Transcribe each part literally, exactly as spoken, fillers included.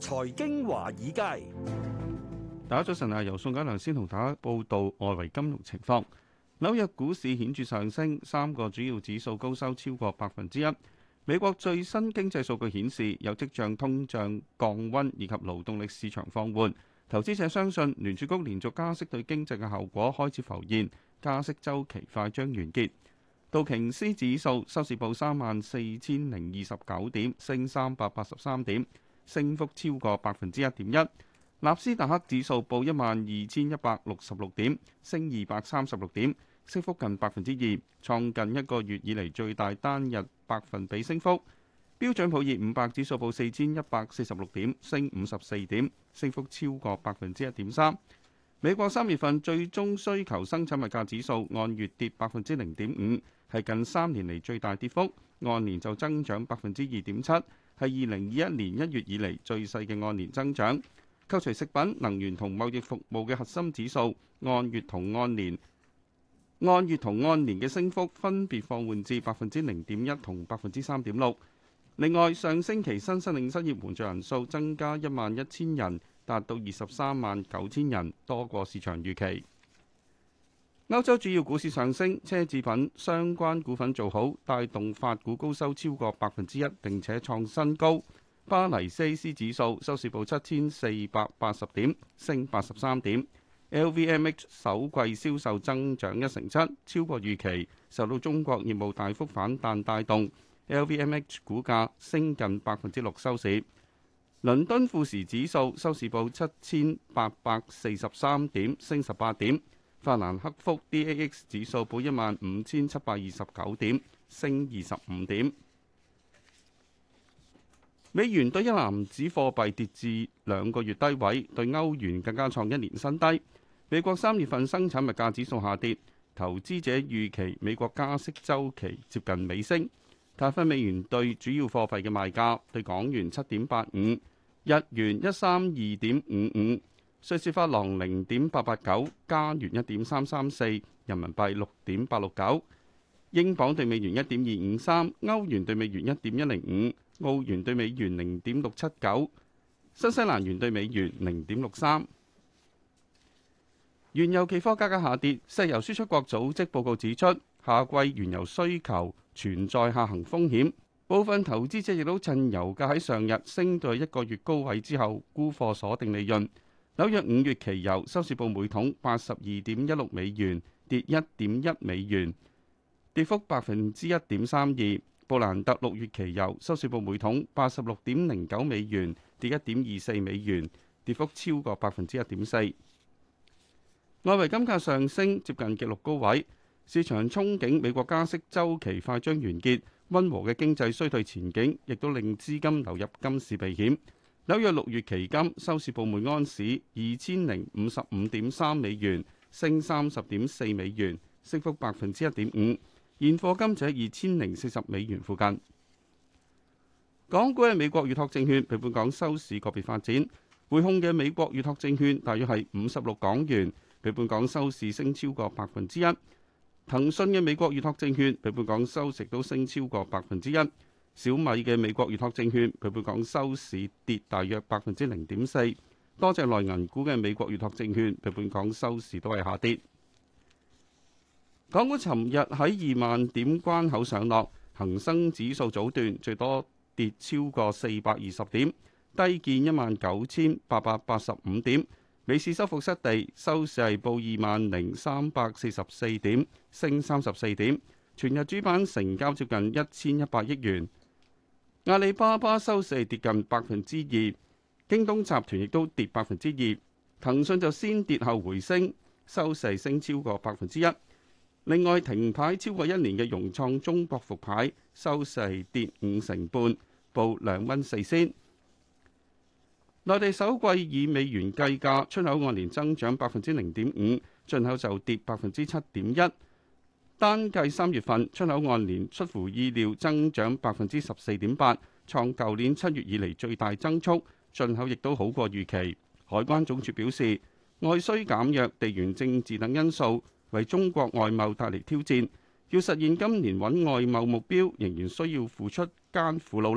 財經華爾街， 大家早晨啊！由宋嘉良先同大家報道外圍金融情況。紐約股市顯著上升，三個主要指數高收超過百分之一。美國最新經濟數據顯示，有跡象通脹降溫以及勞動力市場放緩。投資者相信聯儲局連續加息對經濟嘅效果開始浮現，加息週期快將完結。道瓊斯指數收市報三萬四千零二十九點，升三百八十三點，升幅超過百分之一點一。納斯達克指數報一萬二千一百六十六點，升二百三十六點，升幅近百分之二，創近一個月以嚟最大單日百分比升幅。標準普爾五百指數報四千一百四十六點，升五十四點，升幅超過百分之一點三。美國三月份最終需求生產物價指數按月跌百分之零點五，係近三年嚟最大跌幅，按年就增長百分之二點七，係二零二一年一月以嚟最細嘅按年增長。扣除食品、能源同貿易服務嘅核心指數，按月同按年、按月同按年嘅升幅分別放緩至百分之零點一同百分之三點六。另外，上星期新申領失業援助人數增加一萬一千人，達到二十三萬九千人，多過市場預期。歐洲主要股市上升，奢侈品相關股份做好，帶動法股高收超過百分之一，並且創新高。巴黎 C A C 指數收市報七千四百八十點，升八十三點。L V M H 首季銷售增長一成七，超過預期，受到中國業務大幅反彈帶動。L V M H 股價升近百分之六收市。倫敦富時指數收市報七千八百四十三點，升十八點。法蘭克福 D A X 指數報一萬五千七百二十九點，升二十五點。美元對一籃子貨幣跌至兩個月低位，對歐元更加創一年新低。美國三月份生產物價指數下跌，投資者預期美國加息週期接近尾聲。睇返美元對主要貨幣嘅賣價，對港元七點八五，日元一三二點五五，瑞士法郎零點八八九，加元一點三三四，人民幣六點八六九，英鎊對美元一點二五三，歐元對美元一點一零五。澳元對美元零點六七九，新西蘭元對美元零點六三。原油期貨價格下跌，石油輸出國組織報告指出，夏季原油需求存在下行風險。部分投資者亦都趁油價喺上日升到一個月高位之後沽貨鎖定利潤。紐約五月期油收市報每桶八十二點一六美元，跌一點一美元，跌幅百分之一點三二。布蘭特六月期油收市報每桶八十六點零九美元，跌一點二四美元，跌幅超過百分之一點四。外圍金價上升，接近紀錄高位。市場憧憬美國加息週期快將完結，溫和嘅經濟衰退前景亦都令資金流入金市避險。紐約六月期金收市報每安士二千零五十五點三美元，升三十點四美元，升幅百分之一點五。現貨金就喺二千零四十美元附近。港股嘅美國預託證券，比本港收市個別發展。匯控嘅美國預託證券大約係五十六港元，比本港收市升超過百分之一。騰訊嘅美國預託證券比本港收市都升超過百分之一。小米嘅美國預託證券比本港收市跌大約百分之零點四。多隻內銀股嘅美國預託證券比本港收市都係下跌。港股尋日喺二萬點關口上落，恒生指數早段最多跌超過四百二十點，低見一萬九千八百八十五點。美市收復失地，收市係報二萬零三百四十四點，升三十四點。全日主板成交接近一千一百億元。阿里巴巴收市跌近百分之二，京東集團亦都跌百分之二。騰訊就先跌後回升，收市升超過百分之一。另外，停牌超過一年嘅融創中國復牌，收市跌五成半，報兩蚊四仙。內地首季以美元計價，出口按年增長百分之零點五，進口就跌百分之七點一。單計三月份出口按年出乎意料增長百分之十四點八，創舊年七月以嚟最大增速。進口亦都好過預期。海關總署表示，外需減弱、地緣政治等因素為中國外貿帶嚟挑戰，要實現今年穩外貿目標，仍然需要付出艱苦努力。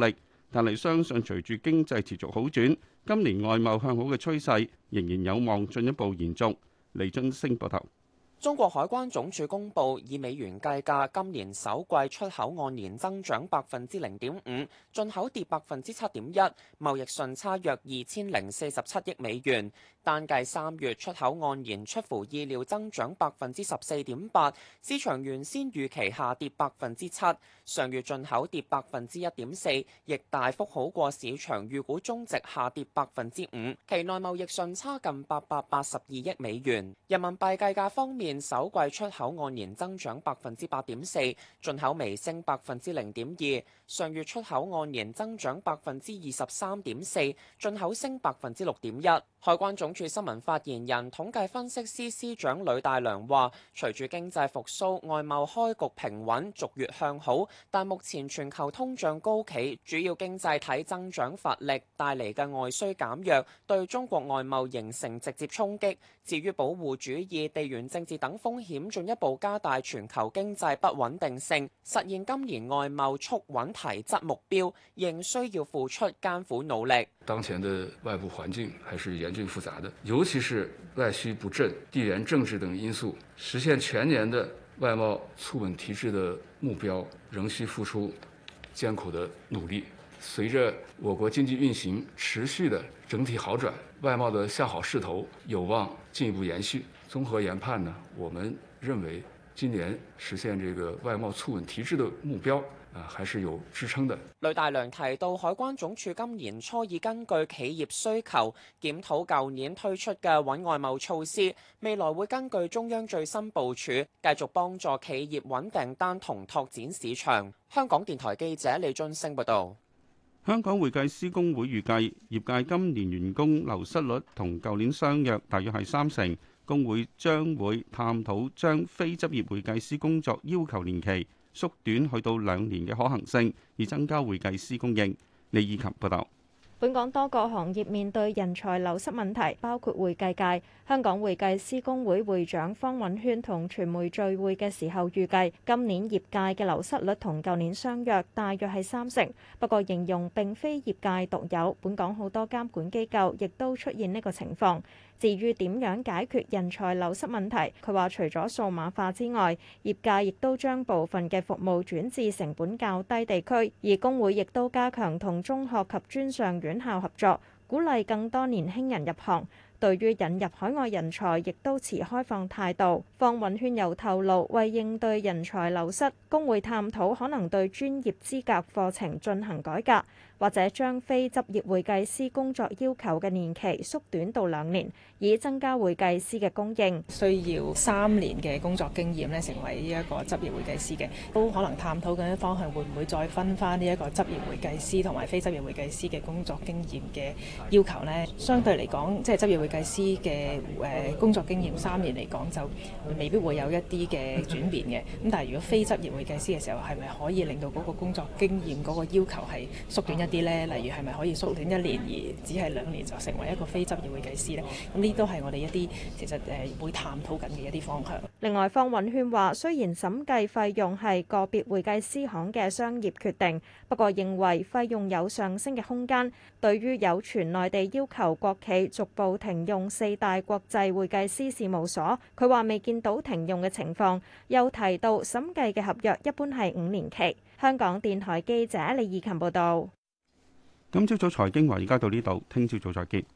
但係相信隨住經濟持續好轉，今年外貿向好嘅趨勢仍然有望進一步延續。李津升報道。 中國海關總署公佈，以美元計價，今年首季出口按年增長百分之零點五，進口跌百分之七點一，貿易順差約二千零四十七億美元。單計三月出口按年出乎意料增長百分之十四點八，市場原先預期下跌百分之七。上月進口跌百分之一點四，亦大幅好過市場預估中值下跌百分之五。期內貿易順差近八百八十二億美元。人民幣計價方面，首季出口按年增長百分之八點四，進口微升百分之零點二。上月出口按年增長百分之二十三點四，進口升百分之六點一。海關總署新聞發言人、統計分析司司長呂大良話，隨住經濟復甦，外貿開局平穩，逐月向好，但目前全球通脹高企，主要經濟體增長乏力，帶嚟嘅外需減弱，對中國外貿形成直接衝擊。至於保護主義、地緣政治等風險進一步加大全球經濟不穩定性，實現今年外貿促穩提質目標，仍需要付出艱苦努力。 當前的外部環境還是嚴峻複雜的，尤其是外需不振、地緣政治等因素，實現全年的外貿促穩提質的目標，仍需付出艱苦的努力。隨着我國經濟運行持續的整體好轉，外貿的向好勢頭有望進一步延續。綜合研判呢，我們認為今年實現這個外貿促穩提質的目標啊，還是有支撐的。 呂大良提到，海關總署今年初已根據企業需求檢討舊年推出嘅穩外貿措施，未來會根據中央最新部署，繼續幫助企業穩訂單同拓展市場。香港電台記者李津升報道。 香港會計師公會預計，業界今年員工流失率同舊年相若，大約係三成。公會將會探討將非執業會計師工作要求年期縮短去到兩年嘅可行性，以增加會計師供應。李以琴報道。 本港多個行業面對人才流失問題，包括會計界。香港會計師公會會長方允軒同傳媒聚會嘅時候預計，今年業界嘅流失率同舊年相若，大約係三成。不過形容並非業界獨有，本港好多監管機構亦都出現呢個情況。至於點樣解決人才流失問題，佢話除咗數碼化之外，業界亦都將部分嘅服務轉至成本較低地區，而工會亦都加強同中學及專上院校合作，鼓勵更多年輕人入行。對於引入海外人才，亦都持開放態度。方允軒又透露，為應對人才流失，工會探討可能對專業資格課程進行改革，或者將非執業會計師工作要求嘅年期縮短到兩年，以增加會計師嘅供應。 需要三年嘅工作經驗咧，成為呢一個執業會計師嘅，都可能探討緊啲方向，會唔會再分翻呢一個執業會計師同埋非執業會計師嘅工作經驗嘅要求呢？相對嚟講，即係執業會計師嘅誒工作經驗三年嚟講，就未必會有一啲嘅轉變嘅。咁但係如果非執業會計師嘅時候，係咪可以令到嗰個工作經驗嗰個要求係縮短一啲呢？例如係咪可以縮短一年，而只係兩年就成為一個非執業會計師呢？咁呢都係我哋一啲其實誒會探討緊嘅一啲方向。 另外，方允軒話，雖然審計費用係個別會計師行嘅商業決定，不過認為費用有上升嘅空間。對於有傳內地要求國企逐步停用四大國際會計師事務所，佢話未見到停用嘅情況，又提到審計嘅合約一般係五年期。香港電台記者李義琴報道。 今朝早財經華爾街到呢度，聽朝早再見。